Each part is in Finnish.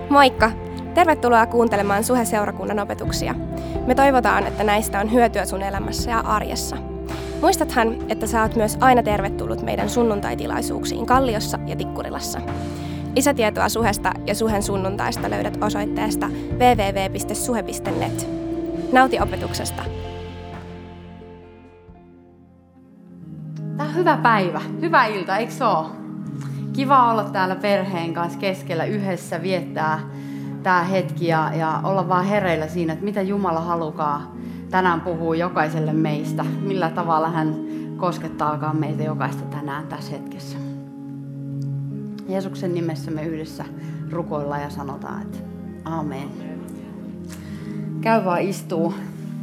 Moikka! Tervetuloa kuuntelemaan Suhe-seurakunnan opetuksia. Me toivotaan, että näistä on hyötyä sun elämässä ja arjessa. Muistathan, että sä oot myös aina tervetullut meidän sunnuntaitilaisuuksiin Kalliossa ja Tikkurilassa. Lisätietoa Suhesta ja Suhen sunnuntaista löydät osoitteesta www.suhe.net. Nauti opetuksesta! Tää on hyvä päivä, hyvä ilta, eikö se ole? Kiva olla täällä perheen kanssa keskellä yhdessä, viettää tää hetki ja olla vaan hereillä siinä, että mitä Jumala halukaa tänään puhuu jokaiselle meistä. Millä tavalla hän koskettaakaan meitä jokaista tänään tässä hetkessä. Jeesuksen nimessä me yhdessä rukoillaan ja sanotaan, että aamen. Käy vaan istuu.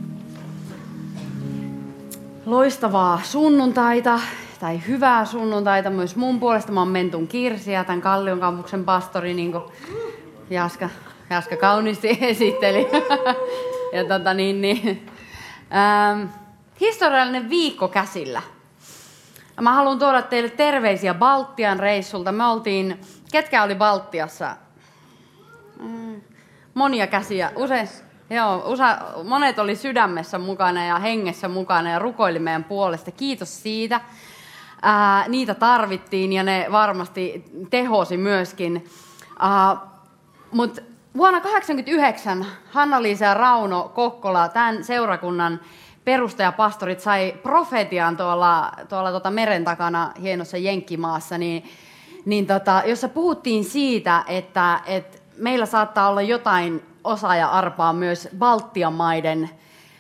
Loistavaa sunnuntaita, tai hyvää sunnuntaita myös mun puolesta. Mä oon Mentun Kirsi ja tämän Kallion kampuksen pastori, niin kuin Jaska kauniisti esitteli. Historiallinen viikko käsillä. Mä haluan tuoda teille terveisiä Baltian reissulta. Me oltiin, ketkä oli Baltiassa? Monia käsiä, monet oli sydämessä mukana ja hengessä mukana ja rukoili meidän puolesta. Kiitos siitä. Niitä tarvittiin ja ne varmasti tehosi myöskin. Mutta vuonna 1989 Hanna-Liisa ja Rauno Kokkola, tämän seurakunnan perustajapastorit, sai profetian tuolla meren takana hienossa Jenkkimaassa, jossa puhuttiin siitä, että meillä saattaa olla jotain osaa ja arpaa myös Baltian maiden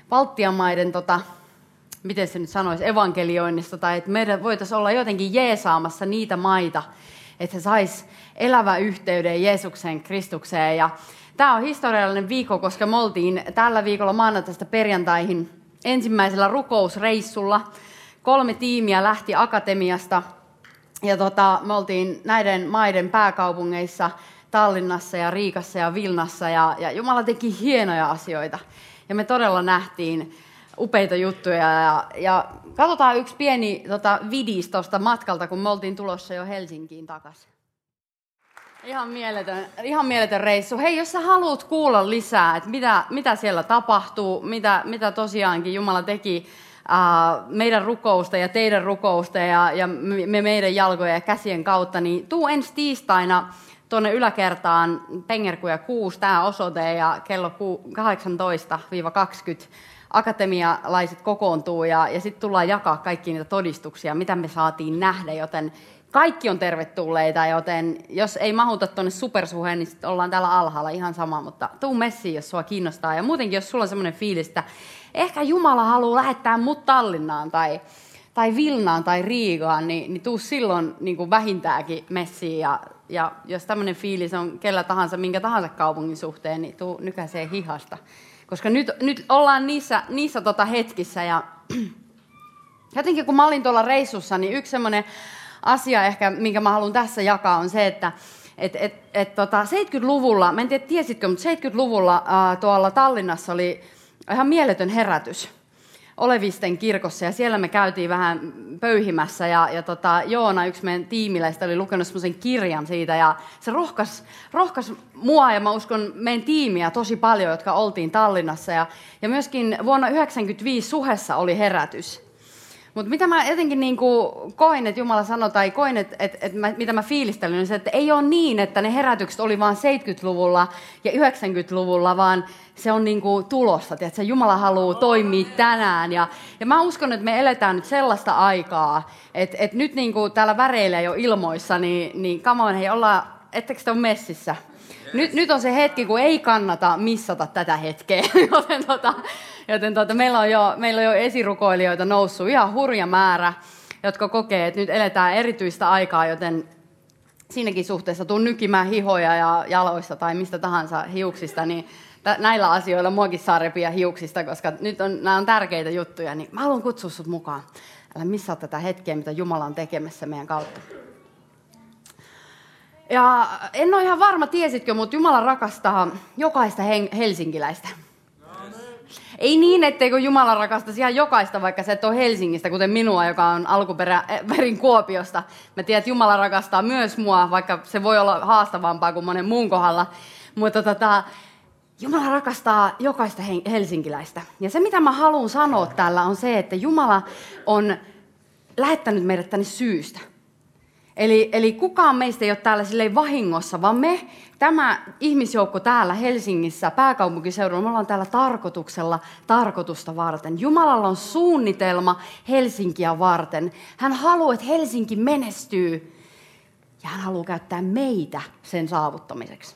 miten se nyt sanoisi, evankelioinnista, tai että meidän voitaisiin olla jotenkin jeesaamassa niitä maita, että he sais elävän yhteyden Jeesuksen, Kristukseen. Ja tämä on historiallinen viikko, koska me oltiin tällä viikolla maanantaista perjantaihin ensimmäisellä rukousreissulla. 3 tiimiä lähti akatemiasta, ja me oltiin näiden maiden pääkaupungeissa, Tallinnassa ja Riikassa ja Vilnassa, ja Jumala teki hienoja asioita. Ja me todella nähtiin upeita juttuja. Ja katsotaan yksi pieni vidis tuosta matkalta, kun me oltiin tulossa jo Helsinkiin takaisin. Ihan mieletön reissu. Hei, jos sä haluat kuulla lisää, että mitä siellä tapahtuu, mitä tosiaankin Jumala teki meidän rukousta ja teidän rukousta ja meidän jalkojen ja käsien kautta, niin tuu ensi tiistaina tuonne yläkertaan Pengerkuja 6, tämä osoite, ja kello 18-20 akatemialaiset kokoontuu ja sitten tullaan jakaa kaikki niitä todistuksia, mitä me saatiin nähdä, joten kaikki on tervetulleita, joten jos ei mahuta tuonne supersuheen, niin sitten ollaan täällä alhaalla ihan sama, mutta tuu messiin, jos sua kiinnostaa. Ja muutenkin, jos sulla on semmoinen fiilis, että ehkä Jumala haluaa lähettää mut Tallinnaan tai Vilnaan tai Riigaan, niin tuu silloin niin kuin vähintäänkin messiin. Ja jos tämmöinen fiilis on kellä tahansa, minkä tahansa kaupungin suhteen, niin tuu nykäisee hihasta. Koska nyt ollaan niissä hetkissä. Ja jotenkin kun mä olin tuolla reissussa, niin yksi semmoinen asia ehkä, minkä mä haluan tässä jakaa, on se, että 70-luvulla, mä en tiedä tiesitkö, mutta 70-luvulla tuolla Tallinnassa oli ihan mieletön herätys Olevisten kirkossa, ja siellä me käytiin vähän pöyhimässä, ja Joona, yksi meidän tiimiläistä, oli lukenut semmoisen kirjan siitä, ja se rohkas mua, ja mä uskon meidän tiimiä tosi paljon, jotka oltiin Tallinnassa, ja myöskin vuonna 1995 Suhessa oli herätys. Mutta mitä mä jotenkin koin, että Jumala sanoi, tai koin, mitä mä fiilistelin, on se, että ei ole niin, että ne herätykset oli vaan 70-luvulla ja 90-luvulla, vaan se on tulossa. Että Jumala haluaa toimia tänään. Ja mä uskon, että me eletään nyt sellaista aikaa, että nyt täällä väreillä jo ilmoissa, niin come on, hei, ettekö te ole messissä? Nyt on se hetki, kun ei kannata missata tätä hetkeä, joten meillä on jo esirukoilijoita noussut ihan hurja määrä, jotka kokee, että nyt eletään erityistä aikaa, joten siinäkin suhteessa tuun nykimään hihoja ja jaloista tai mistä tahansa hiuksista, niin näillä asioilla muakin saa repiä hiuksista, koska nyt nämä on tärkeitä juttuja, niin mä haluan kutsua sut mukaan. Älä missaa tätä hetkeä, mitä Jumala on tekemässä meidän kautta. Ja en ole ihan varma, tiesitkö, mutta Jumala rakastaa jokaista helsinkiläistä. Ei niin, etteikö Jumala rakastaisi ihan jokaista, vaikka sä et ole Helsingistä, kuten minua, joka on alkuperin Kuopiosta. Mä tiedän, että Jumala rakastaa myös mua, vaikka se voi olla haastavampaa kuin monen muun kohdalla. Mutta Jumala rakastaa jokaista helsinkiläistä. Ja se, mitä mä haluan sanoa tällä, on se, että Jumala on lähettänyt meidät tänne syystä. Eli kukaan meistä ei ole täällä silleen vahingossa, vaan tämä ihmisjoukko täällä Helsingissä, pääkaupunkiseudulla, me ollaan täällä tarkoitusta varten. Jumalalla on suunnitelma Helsinkiä varten. Hän haluaa, että Helsinki menestyy ja hän haluaa käyttää meitä sen saavuttamiseksi.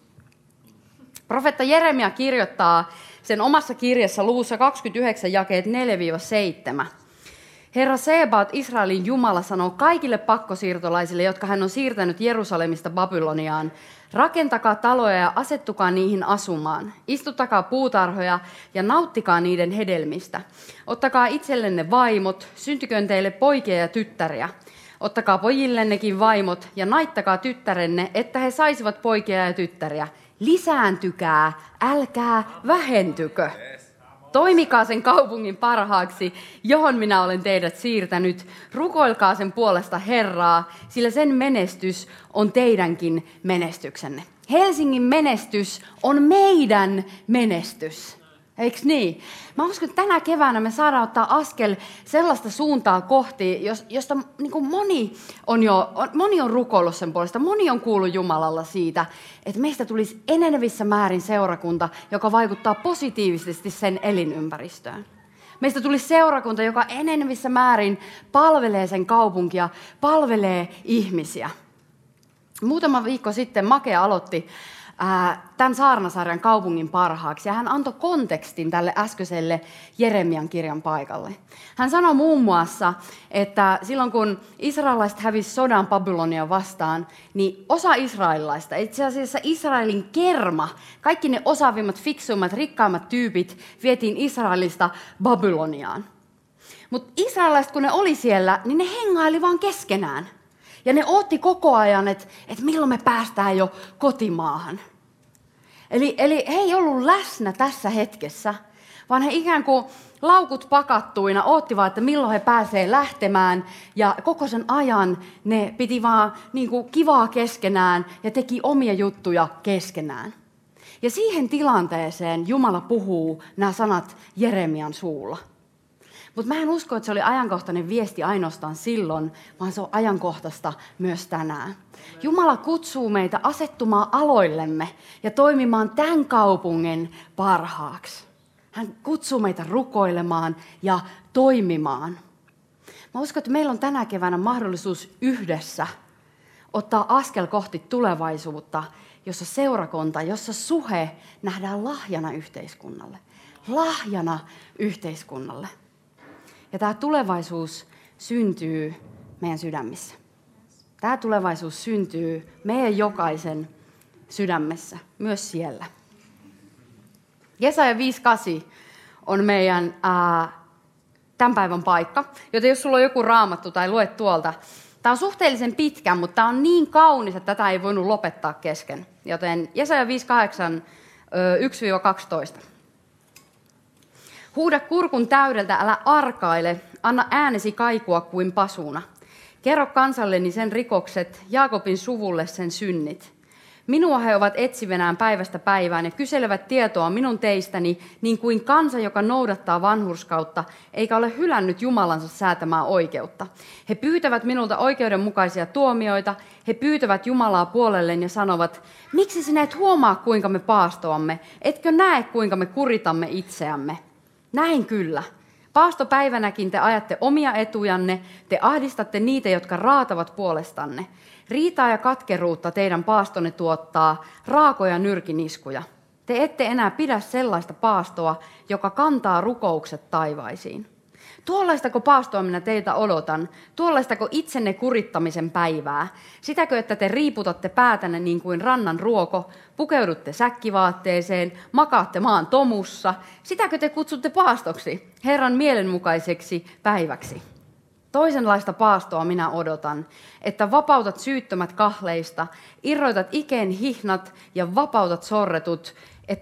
Profeetta Jeremia kirjoittaa sen omassa kirjassa luvussa 29 jakeet 4-7. Herra Sebaot, Israelin Jumala, sanoo kaikille pakkosiirtolaisille, jotka hän on siirtänyt Jerusalemista Babyloniaan: rakentakaa taloja ja asettukaa niihin asumaan. Istuttakaa puutarhoja ja nauttikaa niiden hedelmistä. Ottakaa itsellenne vaimot, syntyköön teille poikia ja tyttäriä. Ottakaa pojillennekin vaimot ja naittakaa tyttärenne, että he saisivat poikia ja tyttäriä. Lisääntykää, älkää vähentykö. Toimikaa sen kaupungin parhaaksi, johon minä olen teidät siirtänyt. Rukoilkaa sen puolesta Herraa, sillä sen menestys on teidänkin menestyksenne. Helsingin menestys on meidän menestys. Eikö niin? Mä uskon, että tänä keväänä me saadaan ottaa askel sellaista suuntaa kohti, josta niin kuin moni on rukoillut sen puolesta. Moni on kuullut Jumalalla siitä, että meistä tulisi enenevissä määrin seurakunta, joka vaikuttaa positiivisesti sen elinympäristöön. Meistä tulisi seurakunta, joka enenevissä määrin palvelee sen kaupunkia, palvelee ihmisiä. Muutama viikko sitten Make aloitti tämän saarnasarjan kaupungin parhaaksi, ja hän antoi kontekstin tälle äskeiselle Jeremian kirjan paikalle. Hän sanoi muun muassa, että silloin kun israelilaiset hävisi sodan Babylonia vastaan, niin osa israelilaista, itse asiassa Israelin kerma, kaikki ne osaavimmat, fiksuimmat, rikkaimmat tyypit vietiin Israelista Babyloniaan. Mutta israelilaiset, kun ne oli siellä, niin ne hengaili vaan keskenään. Ja ne odotti koko ajan, että milloin me päästään jo kotimaahan. Eli he ei ollut läsnä tässä hetkessä, vaan he ikään kuin laukut pakattuina odottivat, että milloin he pääsee lähtemään. Ja koko sen ajan ne piti vaan niin kuin kivaa keskenään ja teki omia juttuja keskenään. Ja siihen tilanteeseen Jumala puhuu nämä sanat Jeremian suulla. Mutta mä en usko, että se oli ajankohtainen viesti ainoastaan silloin, vaan se on ajankohtaista myös tänään. Jumala kutsuu meitä asettumaan aloillemme ja toimimaan tämän kaupungin parhaaksi. Hän kutsuu meitä rukoilemaan ja toimimaan. Mä uskon, että meillä on tänä keväänä mahdollisuus yhdessä ottaa askel kohti tulevaisuutta, jossa seurakunta, jossa suhe nähdään lahjana yhteiskunnalle. Lahjana yhteiskunnalle. Ja tämä tulevaisuus syntyy meidän sydämissä. Tämä tulevaisuus syntyy meidän jokaisen sydämessä, myös siellä. Jesaja 5:8 on meidän tämän päivän paikka, joten jos sulla on joku raamattu tai luet tuolta. Tämä on suhteellisen pitkä, mutta tämä on niin kaunis, että tätä ei voinut lopettaa kesken. Joten Jesaja 5:8, 1-12. Huuda kurkun täydeltä, älä arkaile, anna äänesi kaikua kuin pasuna. Kerro kansalleni sen rikokset, Jaakobin suvulle sen synnit. Minua he ovat etsivinään päivästä päivään ja kyselevät tietoa minun teistäni, niin kuin kansa, joka noudattaa vanhurskautta, eikä ole hylännyt Jumalansa säätämää oikeutta. He pyytävät minulta oikeudenmukaisia tuomioita, he pyytävät Jumalaa puolelleen ja sanovat, miksi sinä et huomaa, kuinka me paastoamme, etkö näe, kuinka me kuritamme itseämme? Näin kyllä. Paastopäivänäkin te ajatte omia etujanne, te ahdistatte niitä, jotka raatavat puolestanne. Riitaa ja katkeruutta teidän paastonne tuottaa, raakoja nyrkiniskuja. Te ette enää pidä sellaista paastoa, joka kantaa rukoukset taivaisiin. Tuollaistako paastoa minä teiltä odotan? Tuollaistako itsenne kurittamisen päivää? Sitäkö, että te riiputatte päätänne niin kuin rannan ruoko, pukeudutte säkkivaatteeseen, makaatte maan tomussa? Sitäkö te kutsutte paastoksi, Herran mielenmukaiseksi päiväksi? Toisenlaista paastoa minä odotan, että vapautat syyttömät kahleista, irroitat ikeen hihnat ja vapautat sorretut,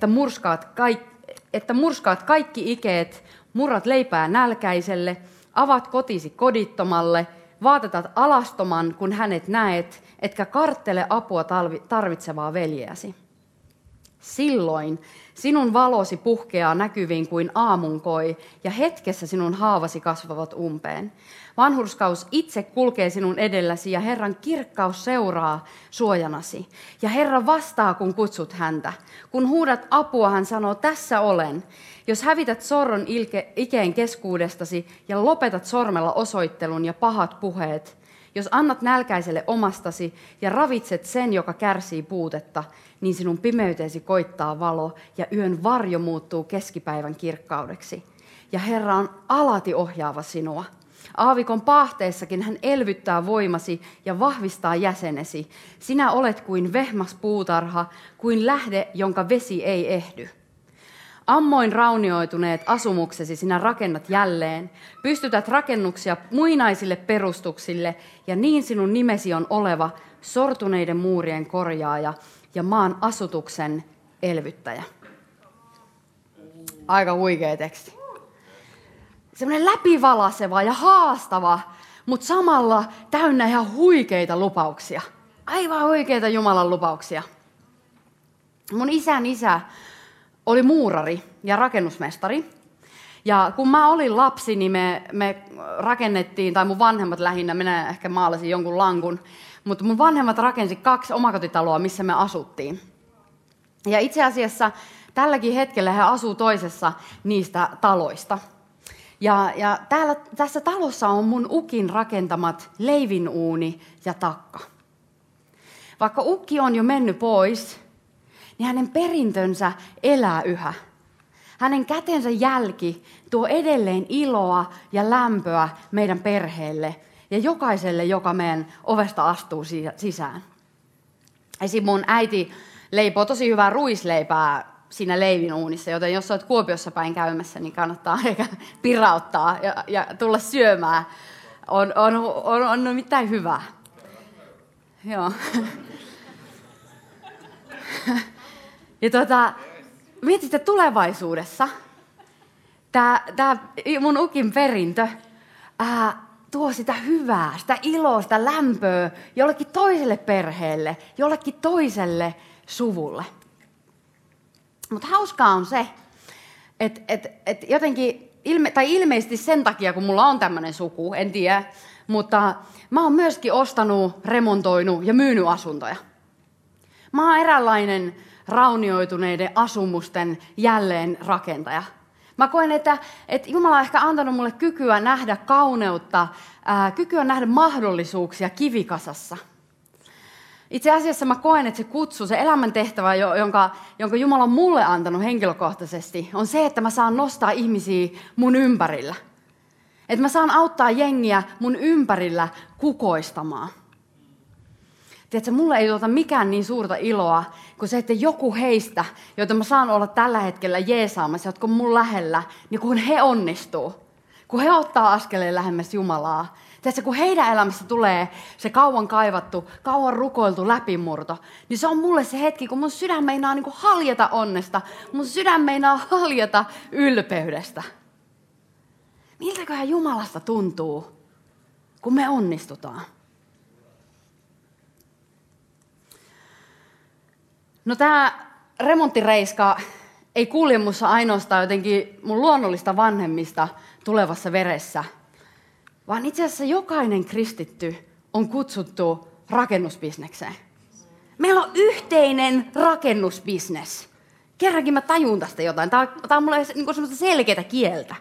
että murskaat kaikki ikeet, murrat leipää nälkäiselle, avaat kotisi kodittomalle, vaatetat alastoman, kun hänet näet, etkä karttele apua tarvitsevaa veljeäsi. Silloin sinun valosi puhkeaa näkyviin kuin aamunkoi, ja hetkessä sinun haavasi kasvavat umpeen. Vanhurskaus itse kulkee sinun edelläsi, ja Herran kirkkaus seuraa suojanasi. Ja Herra vastaa, kun kutsut häntä. Kun huudat apua, hän sanoo, tässä olen. Jos hävität sorron ikeen keskuudestasi ja lopetat sormella osoittelun ja pahat puheet, jos annat nälkäiselle omastasi ja ravitset sen, joka kärsii puutetta, niin sinun pimeyteesi koittaa valo ja yön varjo muuttuu keskipäivän kirkkaudeksi. Ja Herra on alati ohjaava sinua. Aavikon paahteessakin hän elvyttää voimasi ja vahvistaa jäsenesi. Sinä olet kuin vehmas puutarha, kuin lähde, jonka vesi ei ehdy. Ammoin raunioituneet asumuksesi sinä rakennat jälleen, pystytät rakennuksia muinaisille perustuksille, ja niin sinun nimesi on oleva sortuneiden muurien korjaaja ja maan asutuksen elvyttäjä. Aika huikea teksti. Semmoinen läpivalaseva ja haastava, mutta samalla täynnä ihan huikeita lupauksia. Aivan huikeita Jumalan lupauksia. Mun isän isä oli muurari ja rakennusmestari. Ja kun mä olin lapsi, niin me rakennettiin, tai mun vanhemmat lähinnä, minä ehkä maalasin jonkun lankun, mutta mun vanhemmat rakensi 2 omakotitaloa, missä me asuttiin. Ja itse asiassa tälläkin hetkellä he asuu toisessa niistä taloista. Ja tässä talossa on mun ukin rakentamat leivinuuni ja takka. Vaikka ukki on jo mennyt pois, niin hänen perintönsä elää yhä. Hänen kätensä jälki tuo edelleen iloa ja lämpöä meidän perheelle ja jokaiselle, joka meidän ovesta astuu sisään. Esim. Mun äiti leipoo tosi hyvää ruisleipää siinä leivinuunissa, joten jos olet Kuopiossa päin käymässä, niin kannattaa ehkä pirauttaa ja tulla syömään. On mitään hyvää. Joo. Ja mietitte tulevaisuudessa, tämä mun ukin perintö tuo sitä hyvää, sitä iloa, sitä lämpöä jollekin toiselle perheelle, jollekin toiselle suvulle. Mutta hauskaa on se, että jotenkin, ilmeisesti sen takia, kun mulla on tämmöinen suku, en tiedä, mutta mä oon myöskin ostanut, remontoinut ja myynyt asuntoja. Mä oon eräänlainen raunioituneiden asumusten jälleenrakentaja. Mä koen, että Jumala on ehkä antanut mulle kykyä nähdä kauneutta, kykyä nähdä mahdollisuuksia kivikasassa. Itse asiassa mä koen, että se kutsu, se elämäntehtävä, jonka Jumala on mulle antanut henkilökohtaisesti, on se, että mä saan nostaa ihmisiä mun ympärillä. Että mä saan auttaa jengiä mun ympärillä kukoistamaan. Tiedätkö, mulle ei tuota mikään niin suurta iloa kuin se, että joku heistä, joita mä saan olla tällä hetkellä jeesaamassa, jotka on mun lähellä, niin kun he onnistuu, kun he ottaa askeleen lähemmäs Jumalaa. Tiedätkö, kun heidän elämässä tulee se kauan kaivattu, kauan rukoiltu läpimurto, niin se on mulle se hetki, kun mun sydän meinaa niin kuin haljeta onnesta, mun sydän meinaa haljeta ylpeydestä. Miltäköhän Jumalasta tuntuu, kun me onnistutaan? No tämä remonttireiska ei kulje musta ainoastaan jotenkin mun luonnollista vanhemmista tulevassa veressä, vaan itse asiassa jokainen kristitty on kutsuttu rakennusbisnekseen. Meillä on yhteinen rakennusbisnes. Kerrankin mä tajun tästä jotain. Tämä on mulle niin semmoista selkeää kieltä.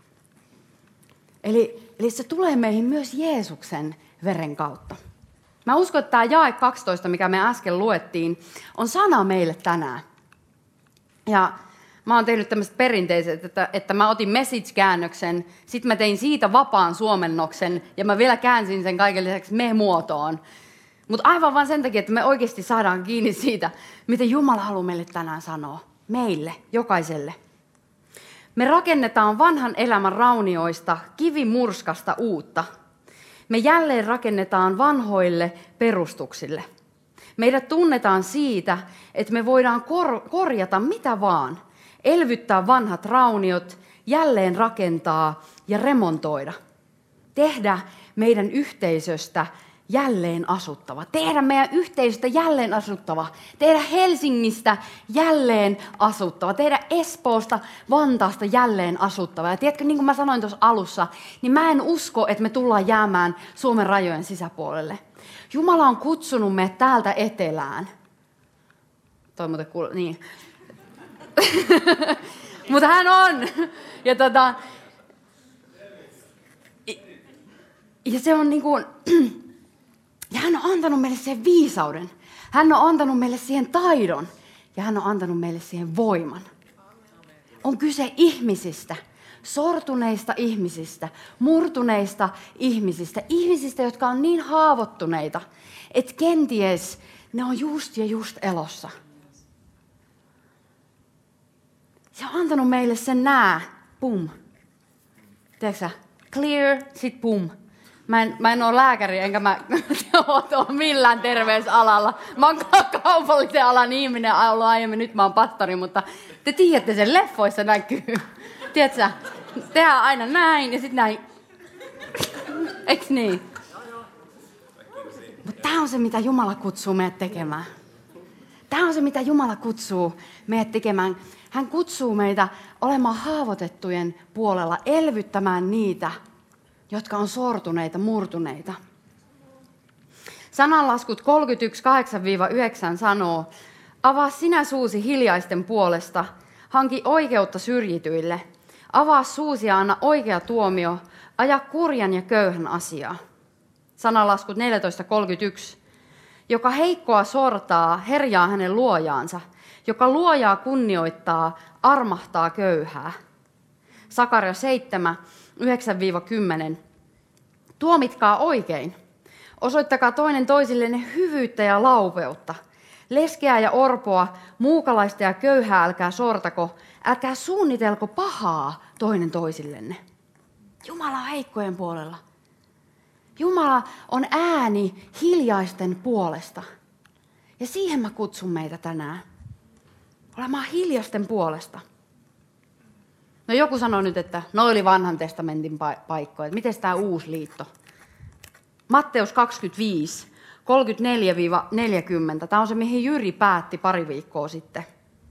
Eli se tulee meihin myös Jeesuksen veren kautta. Mä uskon, että tämä jae 12, mikä me äsken luettiin, on sana meille tänään. Ja mä oon tehnyt tämmöiset perinteiset, että mä otin message-käännöksen, sitten mä tein siitä vapaan suomennoksen, ja mä vielä käänsin sen kaiken lisäksi me-muotoon. Mutta aivan vaan sen takia, että me oikeasti saadaan kiinni siitä, mitä Jumala haluaa meille tänään sanoa. Meille, jokaiselle. Me rakennetaan vanhan elämän raunioista kivimurskasta uutta. Me jälleen rakennetaan vanhoille perustuksille. Meidät tunnetaan siitä, että me voidaan korjata mitä vaan, elvyttää vanhat rauniot, jälleen rakentaa ja remontoida. Tehdä meidän yhteisöstä jälleen asuttava. Tehdä meidän yhteisöstä jälleen asuttava. Tehdä Helsingistä jälleen asuttava. Tehdä Espoosta, Vantaasta jälleen asuttava. Ja tiedätkö, niin kuin mä sanoin tuossa alussa, niin mä en usko, että me tullaan jäämään Suomen rajojen sisäpuolelle. Jumala on kutsunut meidät täältä etelään. Toi muuten niin. Mutta hän on. Ja se on niin kuin, ja hän on antanut meille sen viisauden. Hän on antanut meille siihen taidon. Ja hän on antanut meille siihen voiman. On kyse ihmisistä. Sortuneista ihmisistä. Murtuneista ihmisistä. Ihmisistä, jotka on niin haavoittuneita, että kenties ne on just ja just elossa. Se on antanut meille sen pum. Tiedätkö sä? Clear, sit pum. Mä en ole lääkäri, enkä mä ole millään terveysalalla. Mä oon kaupallisen alan ihminen ollut aiemmin, nyt mä oon pastori, mutta te tiedätte sen, leffoissa näkyy. Tiedätkö sä? Tehdään aina näin ja sit näin. Eiks niin? Mutta tää on se, mitä Jumala kutsuu meidät tekemään. Tää on se, mitä Jumala kutsuu meidät tekemään. Hän kutsuu meitä olemaan haavoitettujen puolella, elvyttämään niitä, jotka on sortuneita, murtuneita. Sananlaskut 31, 8-9 sanoo, avaa sinä suusi hiljaisten puolesta, hanki oikeutta syrjityille, avaa suusi ja anna oikea tuomio, aja kurjan ja köyhän asiaa. Sananlaskut 14.31. Joka heikkoa sortaa, herjaa hänen luojaansa. Joka luojaa kunnioittaa, armahtaa köyhää. Sakaria 7, 9-10. Tuomitkaa oikein. Osoittakaa toinen toisillenne hyvyyttä ja laupeutta. Leskeä ja orpoa, muukalaista ja köyhää älkää sortako. Älkää suunnitelko pahaa toinen toisillenne. Jumala on heikkojen puolella. Jumala on ääni hiljaisten puolesta. Ja siihen mä kutsun meitä tänään. Olemaan hiljaisten puolesta. No joku sanoi nyt, että noi oli vanhan testamentin paikkoja. Miten tämä uusi liitto? Matteus 25, 34-40. Tämä on se, mihin Jyri päätti pari viikkoa sitten.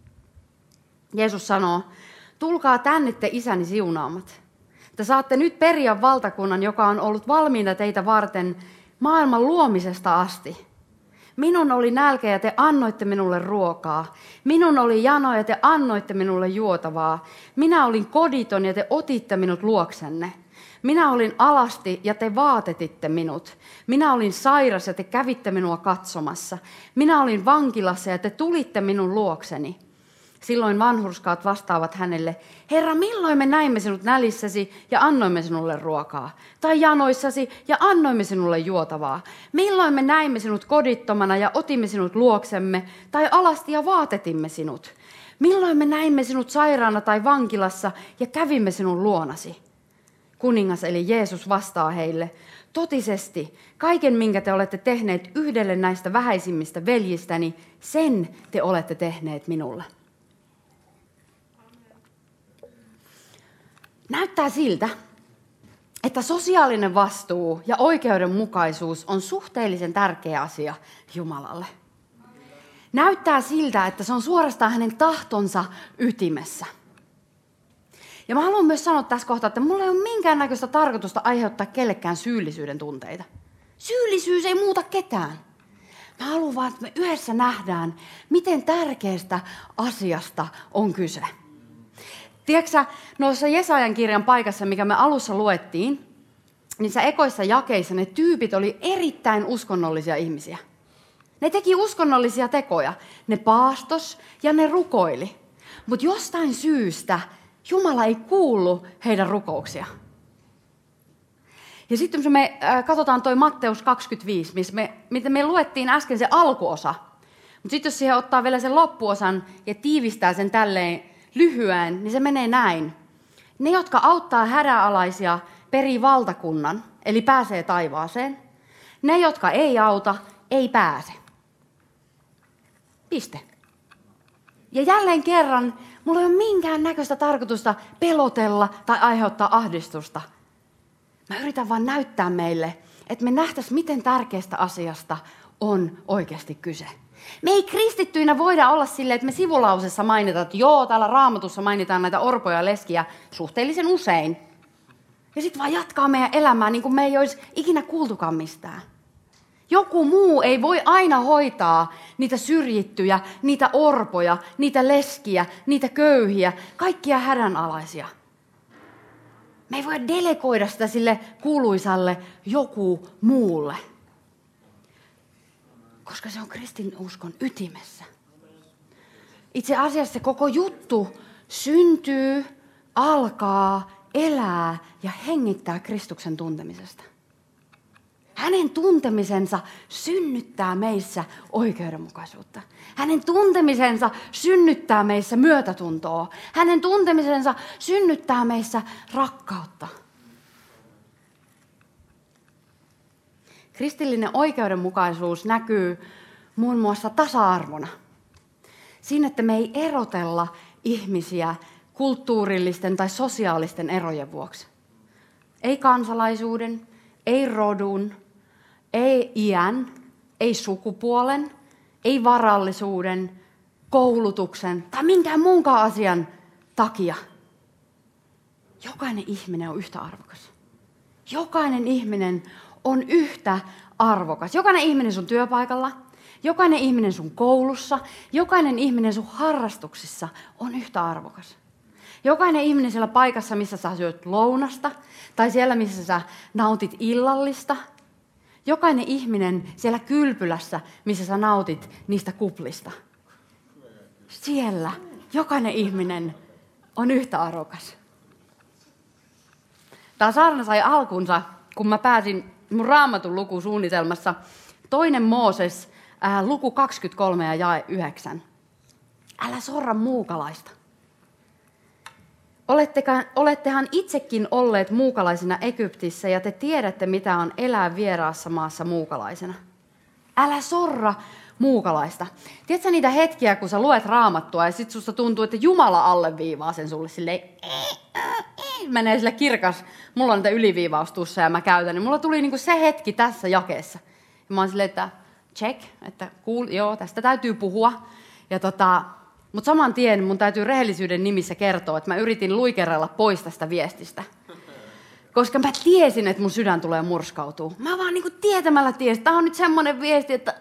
Jeesus sanoo, tulkaa tänne te isäni siunaamat. Te saatte nyt periä valtakunnan, joka on ollut valmiina teitä varten maailman luomisesta asti. Minun oli nälkä ja te annoitte minulle ruokaa. Minun oli jano ja te annoitte minulle juotavaa. Minä olin koditon ja te otitte minut luoksenne. Minä olin alasti ja te vaatetitte minut. Minä olin sairas ja te kävitte minua katsomassa. Minä olin vankilassa ja te tulitte minun luokseni. Silloin vanhurskaat vastaavat hänelle, Herra, milloin me näimme sinut nälissäsi ja annoimme sinulle ruokaa? Tai janoissasi ja annoimme sinulle juotavaa? Milloin me näimme sinut kodittomana ja otimme sinut luoksemme? Tai alasti ja vaatetimme sinut? Milloin me näimme sinut sairaana tai vankilassa ja kävimme sinun luonasi? Kuningas eli Jeesus vastaa heille, totisesti, kaiken minkä te olette tehneet yhdelle näistä vähäisimmistä veljistäni, sen te olette tehneet minulle. Näyttää siltä, että sosiaalinen vastuu ja oikeudenmukaisuus on suhteellisen tärkeä asia Jumalalle. Näyttää siltä, että se on suorastaan hänen tahtonsa ytimessä. Ja mä haluan myös sanoa tässä kohtaa, että mulla ei ole minkäännäköistä tarkoitusta aiheuttaa kellekään syyllisyyden tunteita. Syyllisyys ei muuta ketään. Mä haluan vaan, että me yhdessä nähdään, miten tärkeästä asiasta on kyse. Tiedätkö, noissa Jesajan kirjan paikassa, mikä me alussa luettiin, niissä ekoissa jakeissa ne tyypit oli erittäin uskonnollisia ihmisiä. Ne teki uskonnollisia tekoja. Ne paastos ja ne rukoili. Mutta jostain syystä Jumala ei kuullut heidän rukouksia. Ja sitten me katsotaan toi Matteus 25, miten me luettiin äsken se alkuosa. Mutta sitten jos siihen ottaa vielä sen loppuosan ja tiivistää sen tälleen lyhyen, niin se menee näin. Ne, jotka auttaa hädänalaisia, perii valtakunnan, eli pääsee taivaaseen. Ne, jotka ei auta, ei pääse. Piste. Ja jälleen kerran, mulla ei ole minkään näköistä tarkoitusta pelotella tai aiheuttaa ahdistusta. Mä yritän vaan näyttää meille, että me nähtäisiin, miten tärkeästä asiasta on oikeasti kyse. Me ei kristittyinä voida olla silleen, että me sivulausessa mainitaan, että joo, täällä Raamatussa mainitaan näitä orpoja ja leskiä suhteellisen usein. Ja sitten vaan jatkaa meidän elämää, niin kuin me ei olisi ikinä kuultukaan mistään. Joku muu ei voi aina hoitaa niitä syrjittyjä, niitä orpoja, niitä leskiä, niitä köyhiä, kaikkia hädänalaisia. Me ei voi delegoida sitä sille kuuluisalle joku muulle. Koska se on kristinuskon ytimessä. Itse asiassa se koko juttu syntyy, alkaa, elää ja hengittää Kristuksen tuntemisesta. Hänen tuntemisensa synnyttää meissä oikeudenmukaisuutta. Hänen tuntemisensa synnyttää meissä myötätuntoa. Hänen tuntemisensa synnyttää meissä rakkautta. Kristillinen oikeudenmukaisuus näkyy muun muassa tasa-arvona. Siinä, että me ei erotella ihmisiä kulttuurillisten tai sosiaalisten erojen vuoksi. Ei kansalaisuuden, ei rodun, ei iän, ei sukupuolen, ei varallisuuden, koulutuksen tai minkään muunkaan asian takia. Jokainen ihminen on yhtä arvokas. Jokainen ihminen on yhtä arvokas. Jokainen ihminen sun työpaikalla, jokainen ihminen sun koulussa, jokainen ihminen sun harrastuksissa on yhtä arvokas. Jokainen ihminen siellä paikassa, missä sä syöt lounasta, tai siellä, missä sä nautit illallista. Jokainen ihminen siellä kylpylässä, missä sä nautit niistä kuplista. Siellä jokainen ihminen on yhtä arvokas. Tämä saarna sai alkunsa, kun mä pääsin mun Raamatun lukusuunnitelmassa 2. Mooses, luku 23 ja jae 9. Älä sorra muukalaista. Olettehan itsekin olleet muukalaisina Egyptissä ja te tiedätte, mitä on elää vieraassa maassa muukalaisena. Älä sorra muukalaista. Tiedätkö niitä hetkiä, kun sä luet Raamattua ja sit susta tuntuu, että Jumala alleviivaa sen sulle silleen, menee sille kirkas, mulla on niitä yliviivaustussa ja mä käytän, niin mulla tuli niinku se hetki tässä jakeessa. Ja mä oon silleen, että check, että cool, joo, tästä täytyy puhua. Ja mutta saman tien mun täytyy rehellisyyden nimissä kertoa, että mä yritin luikerella pois tästä viestistä. Koska mä tiesin, että mun sydän tulee murskautua. Mä vaan niinku tietämällä tiesin, että tää on nyt semmonen viesti, että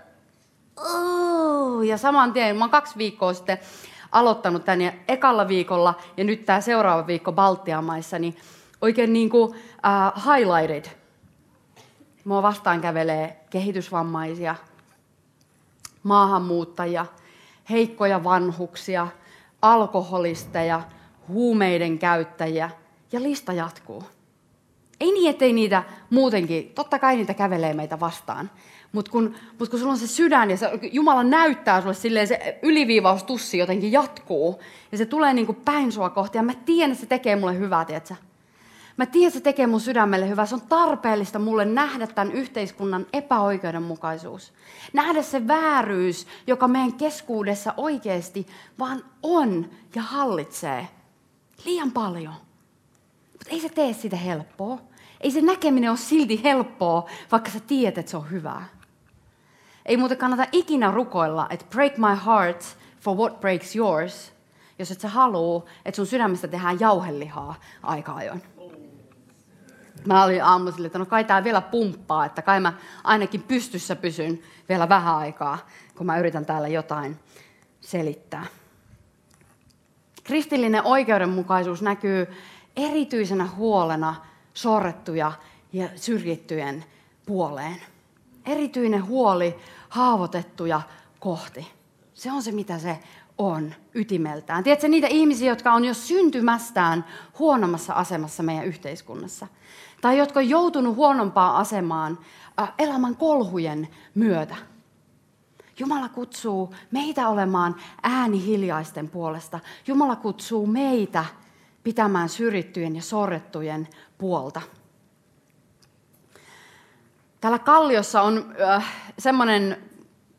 ja saman tien, mä oon 2 viikkoa sitten aloittanut tän ja ekalla viikolla ja nyt tää seuraava viikko Baltian maissa, niin oikein niinku highlighted. Mua vastaan kävelee kehitysvammaisia, maahanmuuttajia, heikkoja vanhuksia, alkoholisteja, huumeiden käyttäjiä ja lista jatkuu. Ei niin, ettei niitä muutenkin, totta kai niitä kävelee meitä vastaan, mutta kun sulla on se sydän ja Jumala näyttää sulle silleen, se yliviivaustussi jotenkin jatkuu ja se tulee niin kuin päin sua kohti ja mä tiedän, että se tekee mulle hyvää, tiedätkö? Mä tiedän, että se tekee mun sydämelle hyvää. Se on tarpeellista mulle nähdä tämän yhteiskunnan epäoikeudenmukaisuus. Nähdä se vääryys, joka meidän keskuudessa oikeasti vaan on ja hallitsee liian paljon. Mutta ei se tee sitä helppoa. Ei se näkeminen ole silti helppoa, vaikka sä tiedät, että se on hyvää. Ei muuten kannata ikinä rukoilla, että break my heart for what breaks yours, jos et sä haluu, että sun sydämestä tehdään jauhelihaa aika ajoin. Mä olin aamulla silleen, että no kai tää vielä pumppaa, että kai mä ainakin pystyssä pysyn vielä vähän aikaa, kun mä yritän täällä jotain selittää. Kristillinen oikeudenmukaisuus näkyy erityisenä huolena sorrettuja ja syrjittyjen puoleen. Erityinen huoli haavoitettuja kohti. Se on se, mitä se on ytimeltään. Tiedätkö, niitä ihmisiä, jotka on jo syntymästään huonommassa asemassa meidän yhteiskunnassa. Tai jotka on joutunut huonompaan asemaan elämän kolhujen myötä. Jumala kutsuu meitä olemaan ääni hiljaisten puolesta. Jumala kutsuu meitä pitämään syrjittyjen ja sorrettujen puolta. Täällä Kalliossa on semmoinen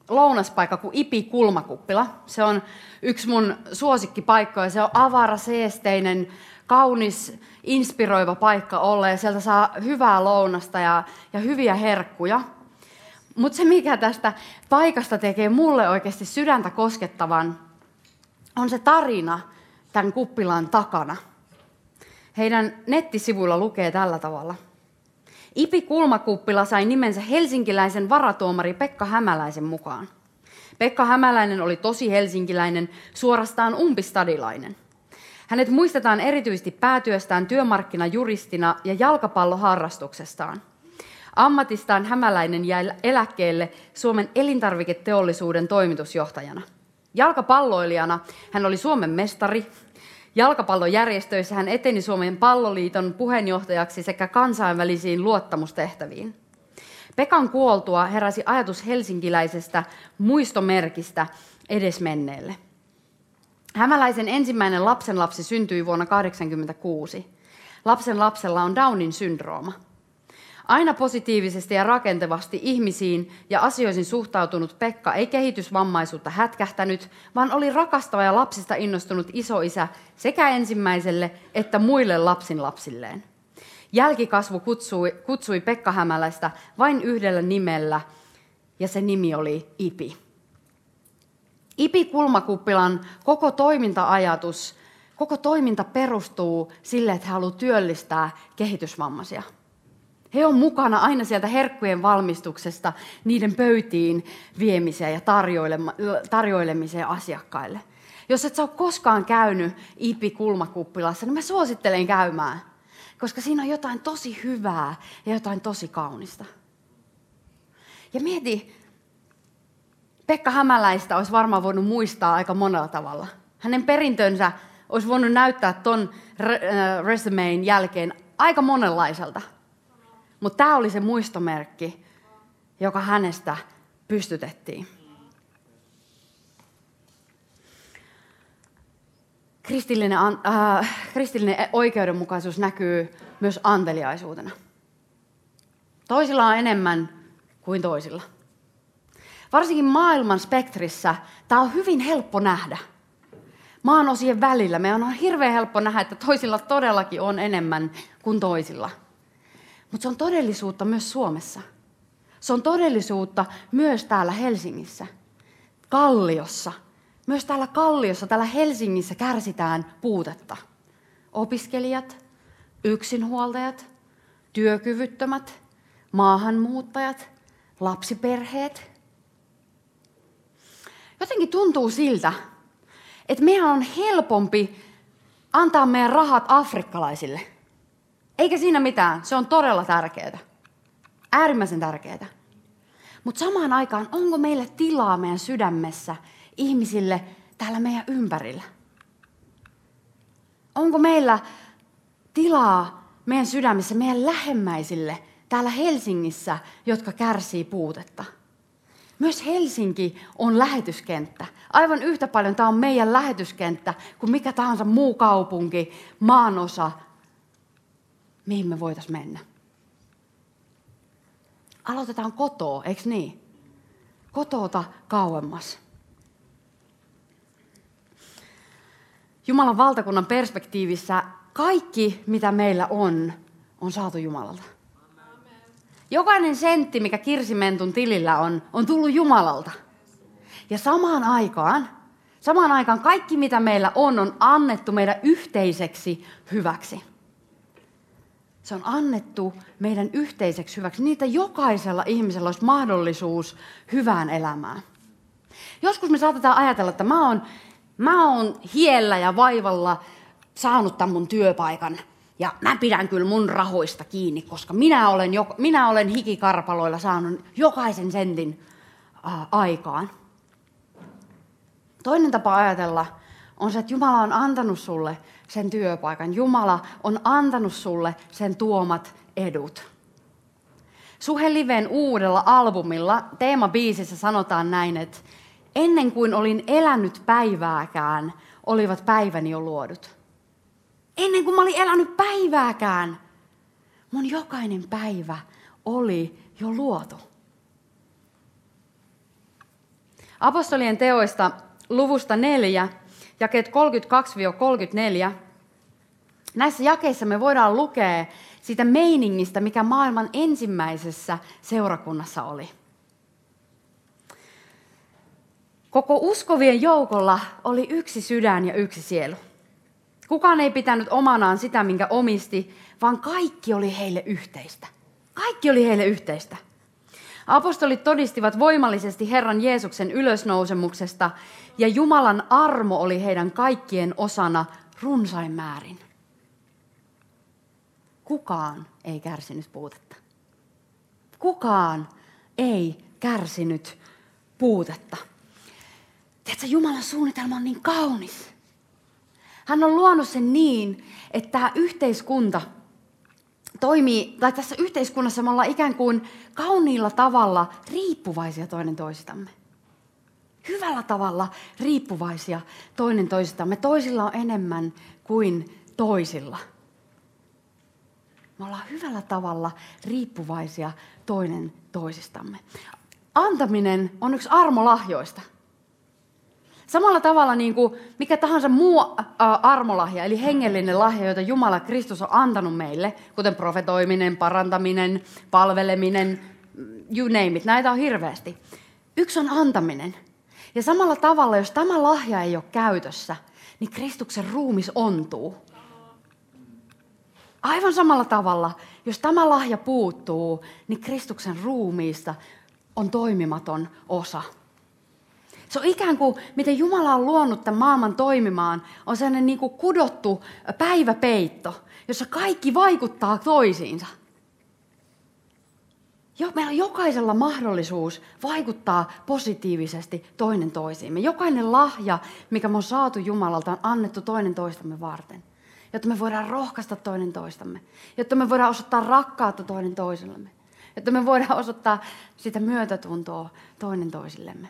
lounaspaikka kuin Ipi Kulmakuppila. Se on yksi mun suosikkipaikkoja. Se on avara, seesteinen, kaunis, inspiroiva paikka olla ja sieltä saa hyvää lounasta ja hyviä herkkuja. Mutta se, mikä tästä paikasta tekee mulle oikeasti sydäntä koskettavan, on se tarina tämän kuppilan takana. Heidän nettisivuilla lukee tällä tavalla. Ipi Kulmakuppila sai nimensä helsinkiläisen varatuomari Pekka Hämäläisen mukaan. Pekka Hämäläinen oli tosi helsinkiläinen, suorastaan umpistadilainen. Hänet muistetaan erityisesti päätyöstään työmarkkinajuristina ja jalkapalloharrastuksestaan. Ammatistaan Hämäläinen jäi eläkkeelle Suomen elintarviketeollisuuden toimitusjohtajana. Jalkapalloilijana hän oli Suomen mestari. Jalkapallojärjestöissä hän eteni Suomen palloliiton puheenjohtajaksi sekä kansainvälisiin luottamustehtäviin. Pekan kuoltua heräsi ajatus helsinkiläisestä muistomerkistä edesmenneelle. Hämäläisen ensimmäinen lapsenlapsi syntyi vuonna 1986. Lapsen lapsella on Downin syndrooma. Aina positiivisesti ja rakentavasti ihmisiin ja asioihin suhtautunut Pekka ei kehitysvammaisuutta hätkähtänyt, vaan oli rakastava ja lapsista innostunut isoisä sekä ensimmäiselle että muille lapsinlapsilleen. Jälkikasvu kutsui Pekka Hämäläistä vain yhdellä nimellä, ja se nimi oli Ipi. Ipi Kulmakuppilan koko toiminta-ajatus, koko toiminta perustuu sille, että he haluavat työllistää kehitysvammaisia. He on mukana aina sieltä herkkujen valmistuksesta niiden pöytiin viemiseen ja tarjoilemiseen asiakkaille. Jos et sä ole koskaan käynyt Ipi Kulmakuppilassa, niin mä suosittelen käymään, koska siinä on jotain tosi hyvää ja jotain tosi kaunista. Ja mieti, Pekka Hämäläistä olisi varmaan voinut muistaa aika monella tavalla. Hänen perintönsä olisi voinut näyttää ton resumeen jälkeen aika monenlaiselta. Mutta tämä oli se muistomerkki, joka hänestä pystytettiin. Kristillinen oikeudenmukaisuus näkyy myös anteliaisuutena. Toisilla on enemmän kuin toisilla. Varsinkin maailman spektrissä tämä on hyvin helppo nähdä. Maan osien välillä meidän on hirveän helppo nähdä, että toisilla todellakin on enemmän kuin toisilla. Mutta se on todellisuutta myös Suomessa. Se on todellisuutta myös täällä Helsingissä, Kalliossa. Myös täällä Kalliossa, täällä Helsingissä kärsitään puutetta. Opiskelijat, yksinhuoltajat, työkyvyttömät, maahanmuuttajat, lapsiperheet. Jotenkin tuntuu siltä, että meidän on helpompi antaa meidän rahat afrikkalaisille. Eikä siinä mitään, se on todella tärkeää. Äärimmäisen tärkeää. Mutta samaan aikaan, onko meille tilaa meidän sydämessä ihmisille täällä meidän ympärillä? Onko meillä tilaa meidän sydämessä meidän lähemmäisille täällä Helsingissä, jotka kärsii puutetta? Myös Helsinki on lähetyskenttä. Aivan yhtä paljon tämä on meidän lähetyskenttä kuin mikä tahansa muu kaupunki, maanosa, mihin me voitaisiin mennä. Aloitetaan kotoa, eikö niin? Kotoota kauemmas. Jumalan valtakunnan perspektiivissä kaikki, mitä meillä on saatu Jumalalta. Jokainen sentti, mikä Kirsimentun tilillä on tullut Jumalalta. Ja samaan aikaan kaikki, mitä meillä on annettu meidän yhteiseksi hyväksi. Se on annettu meidän yhteiseksi hyväksi. Niitä jokaisella ihmisellä olisi mahdollisuus hyvään elämään. Joskus me saatetaan ajatella, että mä oon hiellä ja vaivalla saanut tämän mun työpaikan. Ja mä pidän kyllä mun rahoista kiinni, koska minä olen hikikarpaloilla saanut jokaisen sentin aikaan. Toinen tapa ajatella on se, että Jumala on antanut sulle sen työpaikan. Jumala on antanut sulle sen tuomat edut. Suhe Liven uudella albumilla teemabiisissä sanotaan näin, että ennen kuin olin elänyt päivääkään, olivat päiväni jo luodut. Ennen kuin mä olin elänyt päivääkään, mun jokainen päivä oli jo luotu. Apostolien teoista luvusta 4, jakeet 32-34. Näissä jakeissa me voidaan lukea siitä meiningistä, mikä maailman ensimmäisessä seurakunnassa oli. Koko uskovien joukolla oli yksi sydän ja yksi sielu. Kukaan ei pitänyt omanaan sitä, minkä omisti, vaan kaikki oli heille yhteistä. Kaikki oli heille yhteistä. Apostolit todistivat voimallisesti Herran Jeesuksen ylösnousemuksesta, ja Jumalan armo oli heidän kaikkien osana runsain määrin. Kukaan ei kärsinyt puutetta. Kukaan ei kärsinyt puutetta. Tiedätkö, Jumalan suunnitelma on niin kaunis. Hän on luonut sen niin, että tämä yhteiskunta toimii, tai tässä yhteiskunnassa me ollaan ikään kuin kauniilla tavalla riippuvaisia toinen toisistamme. Hyvällä tavalla riippuvaisia toinen toisistamme. Toisilla on enemmän kuin toisilla. Me ollaan hyvällä tavalla riippuvaisia toinen toisistamme. Antaminen on yksi armolahjoista. Samalla tavalla niin kuin mikä tahansa muu armolahja, eli hengellinen lahja, jota Jumala Kristus on antanut meille, kuten profetoiminen, parantaminen, palveleminen, you name it, näitä on hirveästi. Yksi on antaminen. Ja samalla tavalla, jos tämä lahja ei ole käytössä, niin Kristuksen ruumis ontuu. Aivan samalla tavalla, jos tämä lahja puuttuu, niin Kristuksen ruumiista on toimimaton osa. Se on ikään kuin, miten Jumala on luonut tämän maailman toimimaan, on sellainen niin kuin kudottu päiväpeitto, jossa kaikki vaikuttaa toisiinsa. Meillä on jokaisella mahdollisuus vaikuttaa positiivisesti toinen toisiimme. Jokainen lahja, mikä me on saatu Jumalalta, on annettu toinen toistamme varten. Jotta me voidaan rohkaista toinen toistamme. Jotta me voidaan osoittaa rakkautta toinen toisillemme. Jotta me voidaan osoittaa sitä myötätuntoa toinen toisillemme.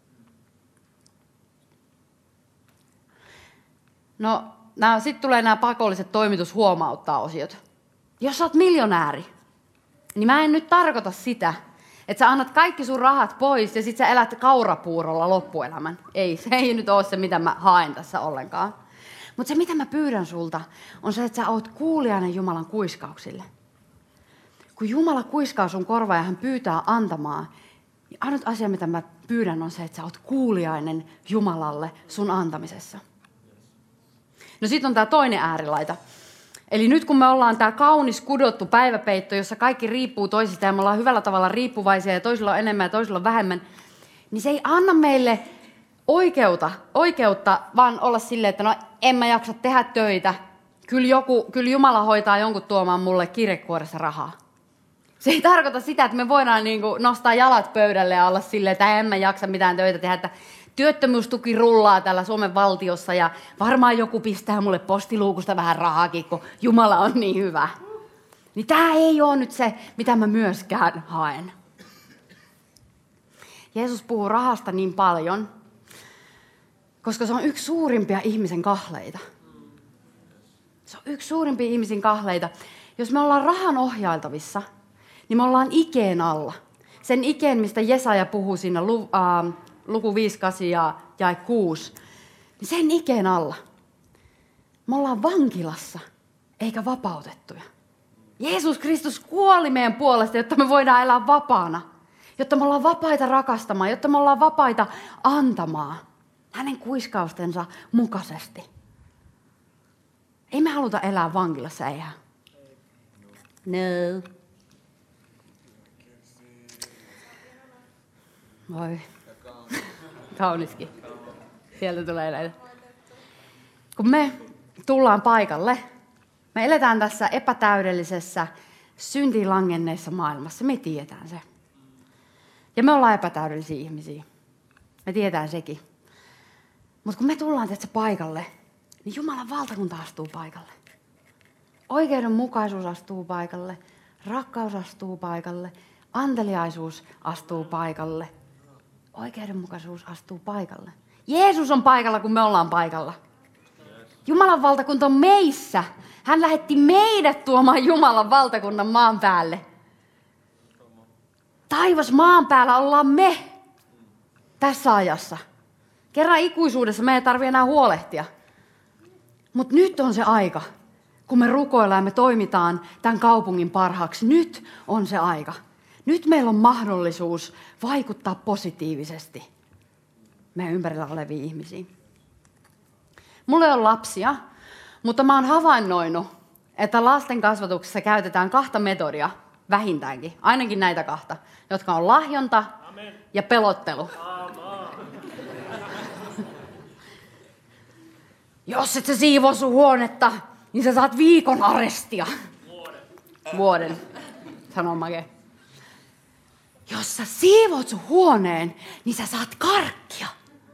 No, sitten tulee nämä pakolliset toimitushuomauttaa-osiot. Jos sä oot miljonääri, niin mä en nyt tarkoita sitä, että sä annat kaikki sun rahat pois ja sit sä elät kaurapuurolla loppuelämän. Ei, se ei nyt ole se, mitä mä haen tässä ollenkaan. Mutta se, mitä mä pyydän sulta, on se, että sä oot kuulijainen Jumalan kuiskauksille. Kun Jumala kuiskaa sun korvaa ja hän pyytää antamaan, niin ainut asia, mitä mä pyydän, on se, että sä oot kuulijainen Jumalalle sun antamisessa. No sitten on tämä toinen äärilaita. Eli nyt kun me ollaan tämä kaunis kudottu päiväpeitto, jossa kaikki riippuu toisista ja me ollaan hyvällä tavalla riippuvaisia ja toisilla on enemmän ja toisilla on vähemmän, niin se ei anna meille oikeutta vaan olla silleen, että no en mä jaksa tehdä töitä. Kyllä Jumala hoitaa jonkun tuomaan mulle kirjekuoressa rahaa. Se ei tarkoita sitä, että me voidaan niinku nostaa jalat pöydälle ja olla silleen, että en mä jaksa mitään töitä tehdä, että työttömyystuki rullaa täällä Suomen valtiossa ja varmaan joku pistää mulle postiluukusta vähän rahaakin, kun Jumala on niin hyvä. Niin tämä ei ole nyt se, mitä mä myöskään haen. Jeesus puhuu rahasta niin paljon, koska se on yksi suurimpia ihmisen kahleita. Se on yksi suurimpia ihmisen kahleita. Jos me ollaan rahan ohjailtavissa, niin me ollaan ikeen alla. Sen ikeen, mistä Jesaja puhuu siinä luku 5, 8 ja jae 6, niin sen ikeen alla. Me ollaan vankilassa, eikä vapautettuja. Jeesus Kristus kuoli meidän puolesta, jotta me voidaan elää vapaana. Jotta me ollaan vapaita rakastamaan, jotta me ollaan vapaita antamaan hänen kuiskaustensa mukaisesti. Ei me haluta elää vankilassa, eihän? No. Voi. Kauniskin. Sieltä tulee näitä. Kun me tullaan paikalle, me eletään tässä epätäydellisessä, syntiin langenneessa maailmassa. Me tiedetään se. Ja me ollaan epätäydellisiä ihmisiä. Me tiedetään sekin. Mutta kun me tullaan tässä paikalle, niin Jumalan valtakunta astuu paikalle. Oikeudenmukaisuus astuu paikalle. Rakkaus astuu paikalle. Anteliaisuus astuu paikalle. Oikeudenmukaisuus astuu paikalle. Jeesus on paikalla, kun me ollaan paikalla. Jumalan valtakunta on meissä. Hän lähetti meidät tuomaan Jumalan valtakunnan maan päälle. Taivas maan päällä ollaan me. tässä ajassa. Kerran ikuisuudessa me ei tarvitse enää huolehtia. Mutta nyt on se aika, kun me rukoillaan ja me toimitaan tämän kaupungin parhaaksi. Nyt on se aika. Nyt meillä on mahdollisuus vaikuttaa positiivisesti meidän ympärillä oleviin ihmisiin. Mulla ei ole lapsia, mutta mä oon havainnoinut, että lasten kasvatuksessa käytetään 2 metodia vähintäänkin. Ainakin näitä 2, jotka on lahjonta ja pelottelu. Jos et sä siivoo sun huonetta, niin sä saat viikon arestia. Vuoden, sanoo Make. Jos sä siivoot sun huoneen, niin sä saat karkkia.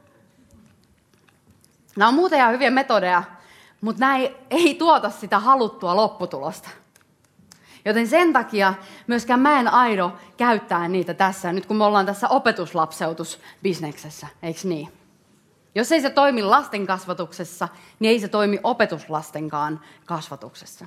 Nämä on muuten ihan hyviä metodeja, mutta nämä ei tuota sitä haluttua lopputulosta. Joten sen takia myöskään mä en aido käyttää niitä tässä, nyt kun me ollaan tässä opetuslapseutusbisneksessä, eikö niin? Jos ei se toimi lasten kasvatuksessa, niin ei se toimi opetuslastenkaan kasvatuksessa.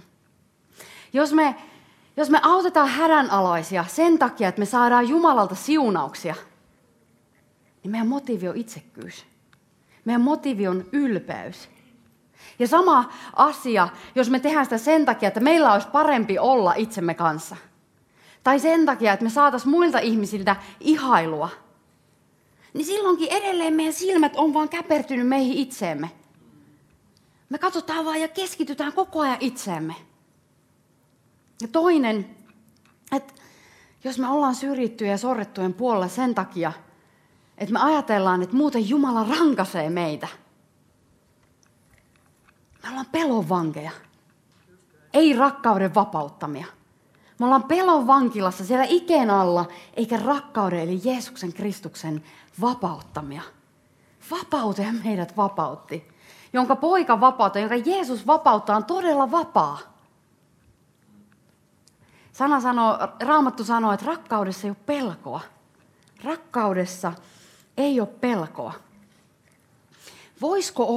Jos me autetaan hädänalaisia sen takia, että me saadaan Jumalalta siunauksia, niin meidän motiivi on itsekkyys. Meidän motiivi on ylpeys. Ja sama asia, jos me tehdään sitä sen takia, että meillä olisi parempi olla itsemme kanssa. Tai sen takia, että me saataisiin muilta ihmisiltä ihailua. Niin silloinkin edelleen meidän silmät on vaan käpertynyt meihin itseemme. Me katsotaan vaan ja keskitytään koko ajan itseemme. Ja toinen, että jos me ollaan syrjittyjä ja sorrettujen puolella sen takia, että me ajatellaan, että muuten Jumala rankaisee meitä. Me ollaan pelon vankeja, ei rakkauden vapauttamia. Me ollaan pelon vankilassa siellä ikeen alla, eikä rakkauden eli Jeesuksen Kristuksen vapauttamia. Vapauteen meidät vapautti, jonka poika vapauttaa, jonka Jeesus vapauttaa, on todella vapaa. Raamattu sanoo, että rakkaudessa ei ole pelkoa. Rakkaudessa ei ole pelkoa. Voisiko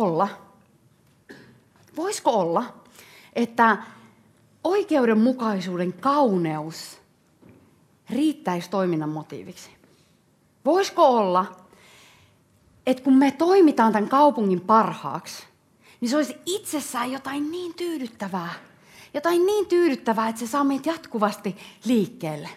olla, että oikeudenmukaisuuden kauneus riittäisi toiminnan motiiviksi? Voisiko olla, että kun me toimitaan tämän kaupungin parhaaksi, niin se olisi itsessään jotain niin tyydyttävää, että se saa meitä jatkuvasti liikkeelle.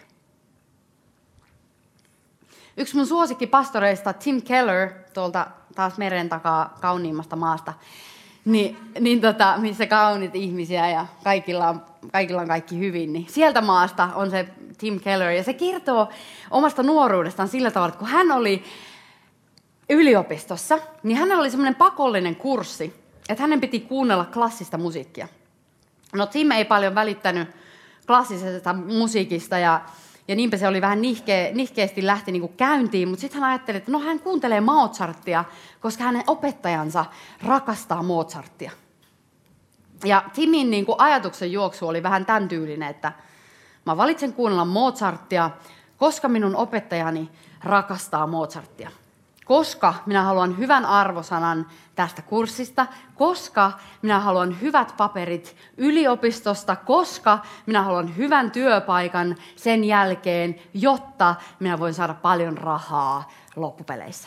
Yksi mun suosikkipastoreista, Tim Keller, tuolta taas meren takaa kauniimmasta maasta, missä kauniit ihmisiä ja kaikilla on kaikki hyvin, niin sieltä maasta on se Tim Keller. Ja se kertoo omasta nuoruudestaan sillä tavalla, että kun hän oli yliopistossa, niin hänellä oli semmoinen pakollinen kurssi, että hänen piti kuunnella klassista musiikkia. No Tim ei paljon välittänyt klassisesta musiikista ja niinpä se oli vähän nihkeästi lähti niin kuin käyntiin, mutta sitten hän ajatteli, että hän kuuntelee Mozartia, koska hänen opettajansa rakastaa Mozartia. Ja Timin niin kuin ajatuksen juoksu oli vähän tämän tyylinen, että mä valitsen kuunnella Mozartia, koska minun opettajani rakastaa Mozartia. Koska minä haluan hyvän arvosanan tästä kurssista, koska minä haluan hyvät paperit yliopistosta, koska minä haluan hyvän työpaikan sen jälkeen, jotta minä voin saada paljon rahaa loppupeleissä.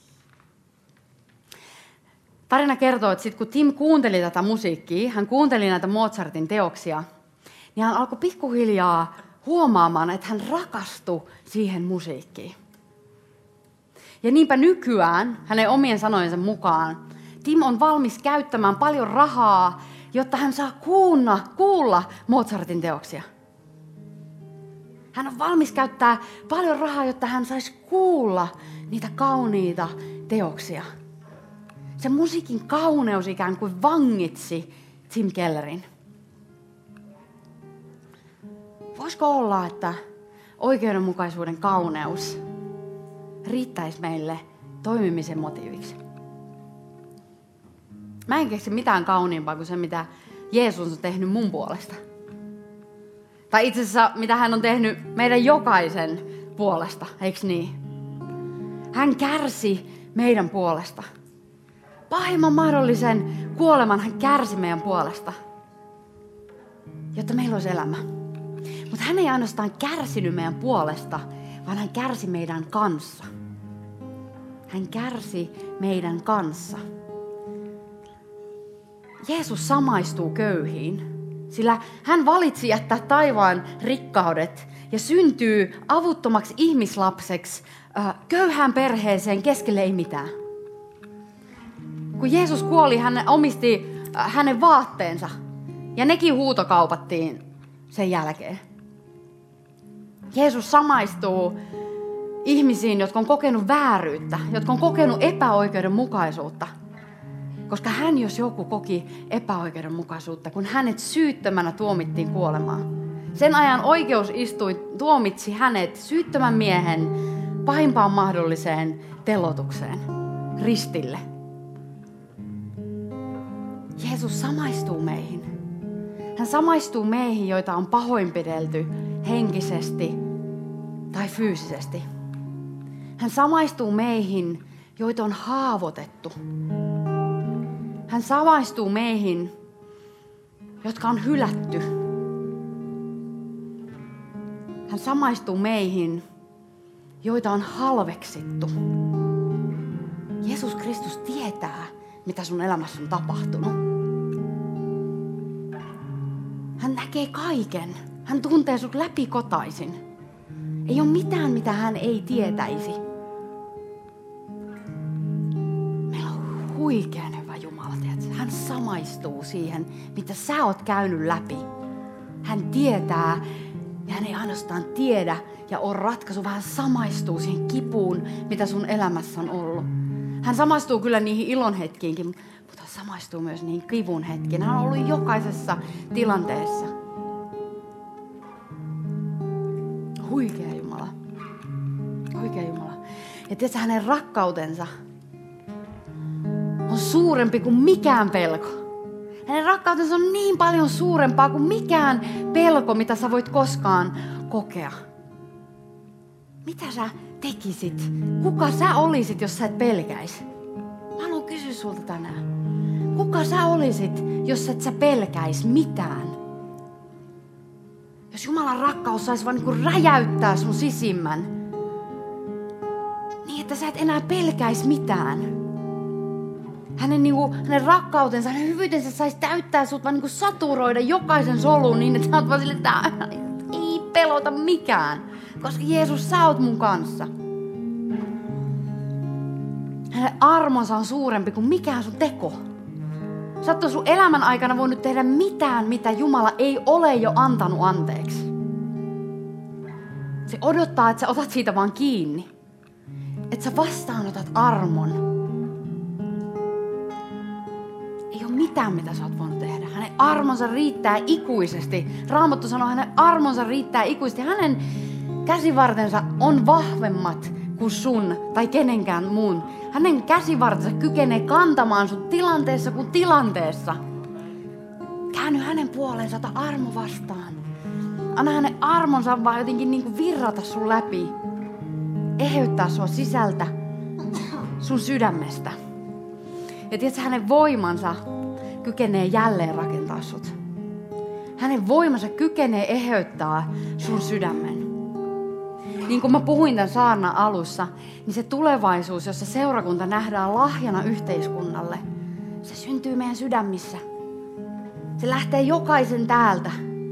Tarina kertoo, että sitten kun Tim kuunteli tätä musiikkia, hän kuunteli näitä Mozartin teoksia, niin hän alkoi pikkuhiljaa huomaamaan, että hän rakastui siihen musiikkiin. Ja niinpä nykyään, hänen omien sanojensa mukaan, Tim on valmis käyttämään paljon rahaa, jotta hän saa kuulla Mozartin teoksia. Hän on valmis käyttää paljon rahaa, jotta hän saisi kuulla niitä kauniita teoksia. Se musiikin kauneus ikään kuin vangitsi Tim Kellerin. Voisiko olla, että oikeudenmukaisuuden kauneus riittäisi meille toimimisen motiiviksi? Mä en keksi mitään kauniimpaa kuin se, mitä Jeesus on tehnyt mun puolesta. Tai itse asiassa, mitä hän on tehnyt meidän jokaisen puolesta, eikö niin? Hän kärsi meidän puolesta. Pahimman mahdollisen kuoleman hän kärsi meidän puolesta, jotta meillä olisi elämä. Mutta hän ei ainoastaan kärsinyt meidän puolesta, vaan hän kärsi meidän kanssa. hän kärsi meidän kanssa. Jeesus samaistuu köyhiin, sillä hän valitsi jättää taivaan rikkaudet ja syntyy avuttomaksi ihmislapseksi köyhään perheeseen keskelle ei mitään. Kun Jeesus kuoli, hän omisti hänen vaatteensa ja nekin huutokaupattiin sen jälkeen. Jeesus samaistuu ihmisiin, jotka on kokenut vääryyttä, jotka on kokenut epäoikeudenmukaisuutta. Koska hän, jos joku, koki epäoikeudenmukaisuutta, kun hänet syyttömänä tuomittiin kuolemaan. Sen ajan oikeusistuin tuomitsi hänet syyttömän miehen pahimpaan mahdolliseen telotukseen, ristille. Jeesus samaistuu meihin. Hän samaistuu meihin, joita on pahoinpidelty henkisesti tai fyysisesti. Hän samaistuu meihin, joita on haavoitettu. Hän samaistuu meihin, jotka on hylätty. Hän samaistuu meihin, joita on halveksittu. Jeesus Kristus tietää, mitä sun elämässä on tapahtunut. Hän näkee kaiken. Hän tuntee sut läpikotaisin. Ei ole mitään, mitä hän ei tietäisi. Meillä on huikean hyvä Jumala, tiedätkö? Hän samaistuu siihen, mitä sä oot käynyt läpi. Hän tietää, ja hän ei ainoastaan tiedä ja on ratkaisu, vaan hän samaistuu siihen kipuun, mitä sun elämässä on ollut. Hän samaistuu kyllä niihin ilonhetkiinkin, mutta hän samaistuu myös niihin kivun hetkiin. Hän on ollut jokaisessa tilanteessa. Huikea Jumala. Huikea Jumala. Ja tiedätkö, hänen rakkautensa on suurempi kuin mikään pelko. Hänen rakkautensa on niin paljon suurempaa kuin mikään pelko, mitä sä voit koskaan kokea. Mitä sä tekisit? Kuka sä olisit, jos sä et pelkäisi? Mä haluan kysyä sulta tänään. Kuka sä olisit, jos et sä pelkäisi mitään? Jos Jumalan rakkaus saisi vaan niin räjäyttää sun sisimmän, niin että sä et enää pelkäisi mitään. Hänen rakkautensa, hänen hyvyytensä saisi täyttää sut, vaan saturoida jokaisen solun niin, että sä oot vaan sille, että ei pelota mikään. Koska Jeesus, sä oot mun kanssa. Hänen armonsa on suurempi kuin mikään sun teko. Sä oot sun elämän aikana voinut tehdä mitään, mitä Jumala ei ole jo antanut anteeksi. Se odottaa, että sä otat siitä vaan kiinni. Että sä vastaanotat armon. Ei ole mitään, mitä sä oot voinut tehdä. Hänen armonsa riittää ikuisesti. Raamattu sanoo, hänen armonsa riittää ikuisesti. Hänen käsivartensa on vahvemmat kuin sun tai kenenkään muun. Hänen käsivartensa kykenee kantamaan sun tilanteessa kuin tilanteessa. Käänny hänen puoleensa, ota armo vastaan. Anna hänen armonsa vaan jotenkin niin kuin virrata sun läpi. Eheyttää sua sisältä, sun sydämestä. Ja tiedätkö, hänen voimansa kykenee jälleen rakentaa sut. Hänen voimansa kykenee eheyttää sun sydämen. Niin kuin mä puhuin tämän saarnan alussa, niin se tulevaisuus, jossa seurakunta nähdään lahjana yhteiskunnalle, se syntyy meidän sydämissä. Se lähtee jokaisen täältä.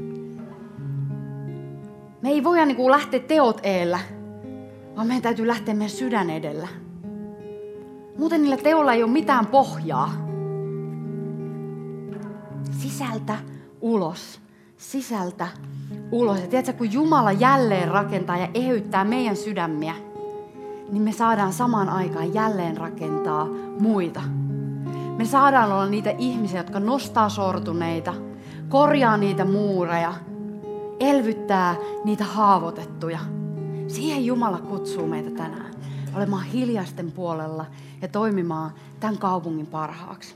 Me ei voida lähteä teot eellä, vaan meidän täytyy lähteä meidän sydän edellä. Muuten niillä teolla ei ole mitään pohjaa. Sisältä ulos. Sisältä ulos. Ja tiedätkö, kun Jumala jälleen rakentaa ja eheyttää meidän sydämiä, niin me saadaan samaan aikaan jälleen rakentaa muita. Me saadaan olla niitä ihmisiä, jotka nostaa sortuneita, korjaa niitä muureja, elvyttää niitä haavoitettuja. Siihen Jumala kutsuu meitä tänään. Olemaan hiljaisten puolella ja toimimaan tämän kaupungin parhaaksi.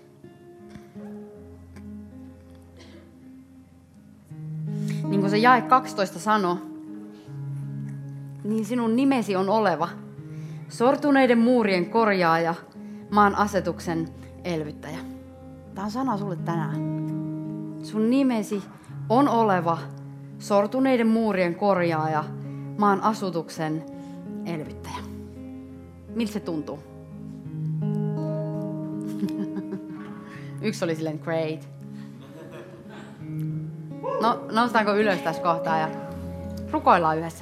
Niin kuin se jae 12 sanoo, niin sinun nimesi on oleva sortuneiden muurien korjaaja, maan asetuksen elvyttäjä. Tämä on sana sulle tänään. Sun nimesi on oleva sortuneiden muurien korjaaja, maan asutuksen elvyttäjä. Miltä se tuntuu? Yksi oli silleen great. No, noustaanko ylös tässä kohtaa ja rukoillaan yhdessä.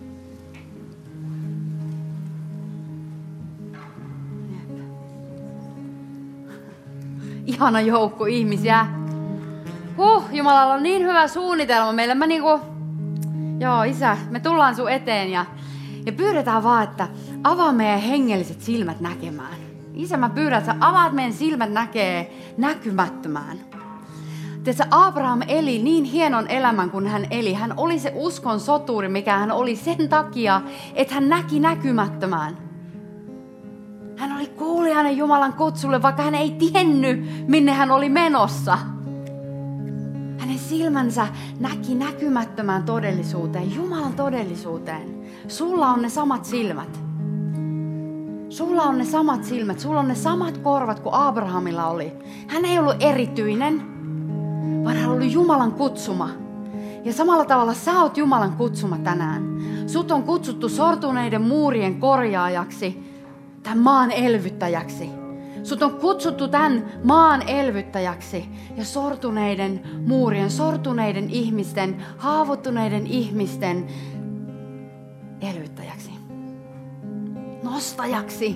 Ihana joukko ihmisiä. Jumalalla on niin hyvä suunnitelma meille. Isä, me tullaan sun eteen ja pyydetään vaan, että avaa meidän hengelliset silmät näkemään. Isä, mä pyydän, että sä avaat meidän silmät näkee näkymättömään. Tiedätkö, Abraham eli niin hienon elämän kuin hän eli. Hän oli se uskon soturi, mikä hän oli sen takia, että hän näki näkymättömään. Hän oli kuulijainen Jumalan kutsulle, vaikka hän ei tiennyt, minne hän oli menossa. Hänen silmänsä näki näkymättömään todellisuuteen, Jumalan todellisuuteen. Sulla on ne samat silmät. Sulla on ne samat silmät, sulla on ne samat korvat kuin Abrahamilla oli. Hän ei ollut erityinen, vaan hän oli Jumalan kutsuma. Ja samalla tavalla sä oot Jumalan kutsuma tänään. Sut on kutsuttu sortuneiden muurien korjaajaksi, tämän maan elvyttäjäksi. Sut on kutsuttu tämän maan elvyttäjäksi ja sortuneiden muurien, sortuneiden ihmisten, haavoittuneiden ihmisten elvyttäjäksi. Nostajaksi.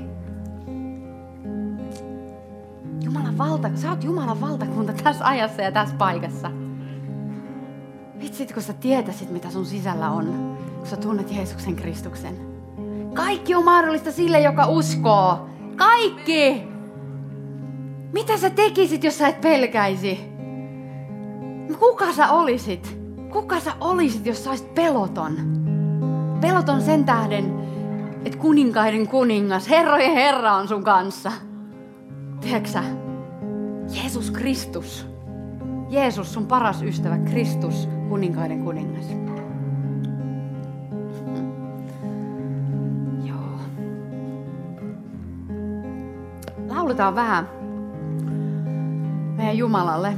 Sä oot Jumalan valtakunta tässä ajassa ja tässä paikassa. Vitsit, kun sä tietäisit, mitä sun sisällä on, kun sä tunnet Jeesuksen Kristuksen. Kaikki on mahdollista sille, joka uskoo. Kaikki! Mitä sä tekisit, jos sä et pelkäisi? Kuka sä olisit? Kuka sä olisit, jos sä olisit peloton? Peloton sen tähden, että kuninkaiden kuningas, herrojen Herra on sun kanssa. Tiedätkö sä? Jeesus Kristus. Jeesus, sun paras ystävä, Kristus, kuninkaiden kuningas. Joo. Lauletaan vähän meidän Jumalalle.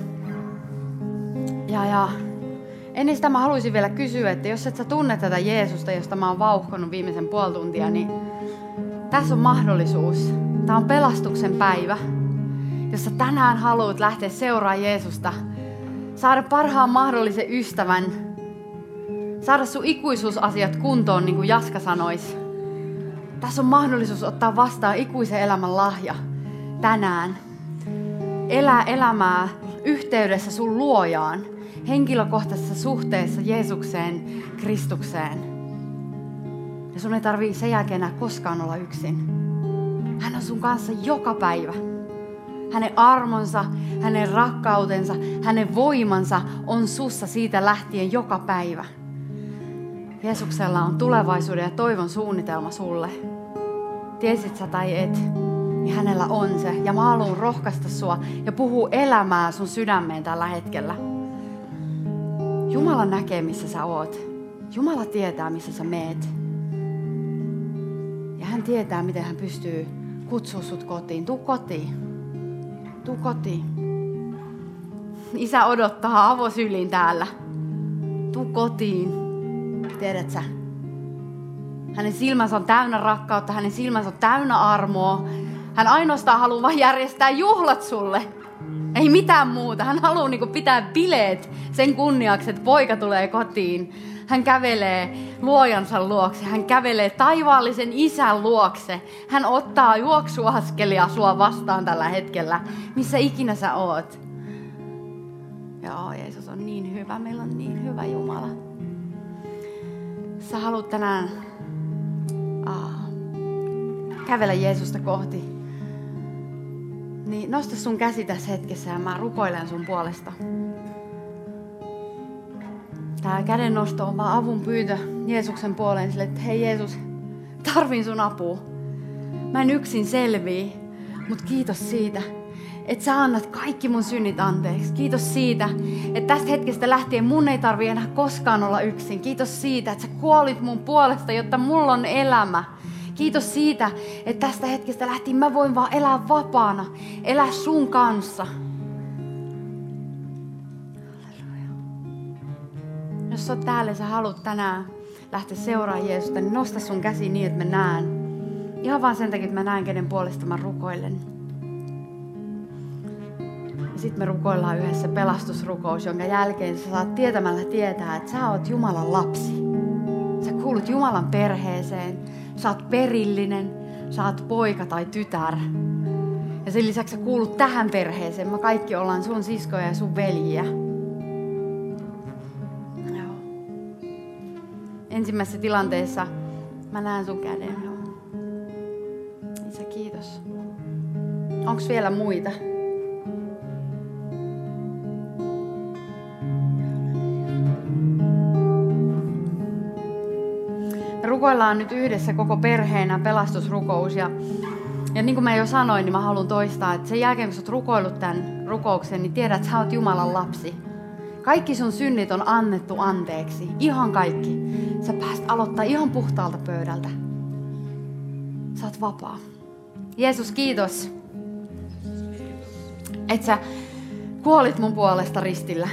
Ja ennen sitä mä haluaisin vielä kysyä, että jos et sä tunne tätä Jeesusta, josta mä oon vauhkonut viimeisen puoli tuntia, niin tässä on mahdollisuus. Tää on pelastuksen päivä, jossa tänään haluat lähteä seuraamaan Jeesusta, saada parhaan mahdollisen ystävän, saada sun ikuisuusasiat kuntoon, niin kuin Jaska sanoisi. Tässä on mahdollisuus ottaa vastaan ikuisen elämän lahja tänään. Elää elämää yhteydessä sun luojaan, henkilökohtaisessa suhteessa Jeesukseen, Kristukseen. Ja sun ei tarvii sen jälkeen enää koskaan olla yksin. Hän on sun kanssa joka päivä. Hänen armonsa, hänen rakkautensa, hänen voimansa on sussa siitä lähtien joka päivä. Jeesuksella on tulevaisuuden ja toivon suunnitelma sulle. Tiesit sä tai et, niin hänellä on se. Ja mä haluan rohkaista sua ja puhua elämää sun sydämeen tällä hetkellä. Jumala näkee, missä sä oot. Jumala tietää, missä sä meet. Ja hän tietää, miten hän pystyy kutsua sut kotiin. Tuu kotiin. Tuu kotiin. Isä odottaa avosylin täällä. Tuu kotiin. Tiedät sä? Hänen silmänsä on täynnä rakkautta, hänen silmänsä on täynnä armoa. Hän ainoastaan haluaa vain järjestää juhlat sulle. Ei mitään muuta. Hän haluaa pitää bileet sen kunniaksi, että poika tulee kotiin. Hän kävelee luojansa luokse. Hän kävelee taivaallisen isän luokse. Hän ottaa juoksuaskelia sua vastaan tällä hetkellä, missä ikinä sä oot. Joo, Jeesus on niin hyvä. Meillä on niin hyvä Jumala. Sä haluat tänään kävellä Jeesusta kohti. Niin nosta sun käsi tässä hetkessä ja mä rukoilen sun puolesta. Tää kädennosto on vaan avun pyyntö Jeesuksen puoleen sille, että hei Jeesus, tarvin sun apua. Mä en yksin selvii, mutta kiitos siitä, että sä annat kaikki mun synnit anteeksi. Kiitos siitä, että tästä hetkestä lähtien mun ei tarvitse enää koskaan olla yksin. Kiitos siitä, että sä kuolit mun puolesta, jotta mulla on elämä. Kiitos siitä, että tästä hetkestä lähtien mä voin vaan elää vapaana, elää sun kanssa. Jos sä oot täällä ja sä haluat tänään lähteä seuraamaan Jeesusta, niin nosta sun käsi niin, että mä näen. Ihan vaan sen takia, että mä näen, kenen puolesta mä rukoilen. Ja sitten me rukoillaan yhdessä pelastusrukous, jonka jälkeen sä saat tietämällä tietää, että sä oot Jumalan lapsi. Sä kuulut Jumalan perheeseen, sä oot perillinen, sä oot poika tai tytär. Ja sen lisäksi sä kuulut tähän perheeseen. Me kaikki ollaan sun siskoja ja sun veljiä. Joo. Ensimmäisessä tilanteessa mä näen sun käden. Isä, kiitos. Onks vielä muita? Me rukoillaan nyt yhdessä koko perheenä pelastusrukous. Ja niin kuin mä jo sanoin, niin mä haluan toistaa, että sen jälkeen kun sä oot rukoillut tämän rukouksen, niin tiedät, että sä oot Jumalan lapsi. Kaikki sun synnit on annettu anteeksi. Ihan kaikki. Sä pääst aloittaa ihan puhtaalta pöydältä. Sä oot vapaa. Jeesus, kiitos, että sä kuolit mun puolesta ristillä.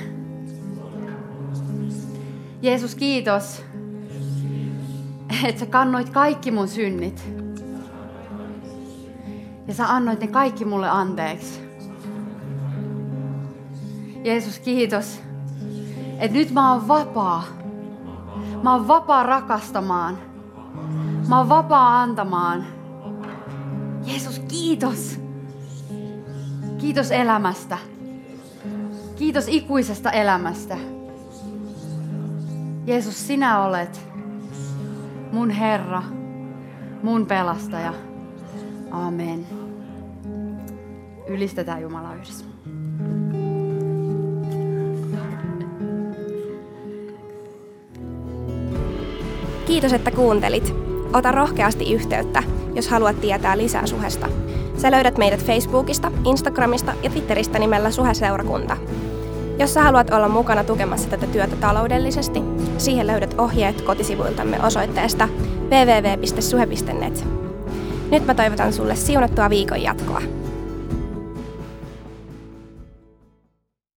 Jeesus, kiitos, että sä kannoit kaikki mun synnit. Ja sä annoit ne kaikki mulle anteeksi. Jeesus, kiitos, että nyt mä oon vapaa. Mä oon vapaa rakastamaan. Mä oon vapaa antamaan. Jeesus, kiitos. Kiitos elämästä. Kiitos ikuisesta elämästä. Jeesus, sinä olet mun Herra, mun pelastaja. Amen. Ylistetään Jumalaa yhdessä. Kiitos, että kuuntelit. Ota rohkeasti yhteyttä, jos haluat tietää lisää Suhesta. Sä löydät meidät Facebookista, Instagramista ja Twitteristä nimellä Suhe-seurakunta. Jos sä haluat olla mukana tukemassa tätä työtä taloudellisesti, siihen löydät ohjeet kotisivuiltamme osoitteesta www.suhe.net. Nyt mä toivotan sulle siunattua viikon jatkoa.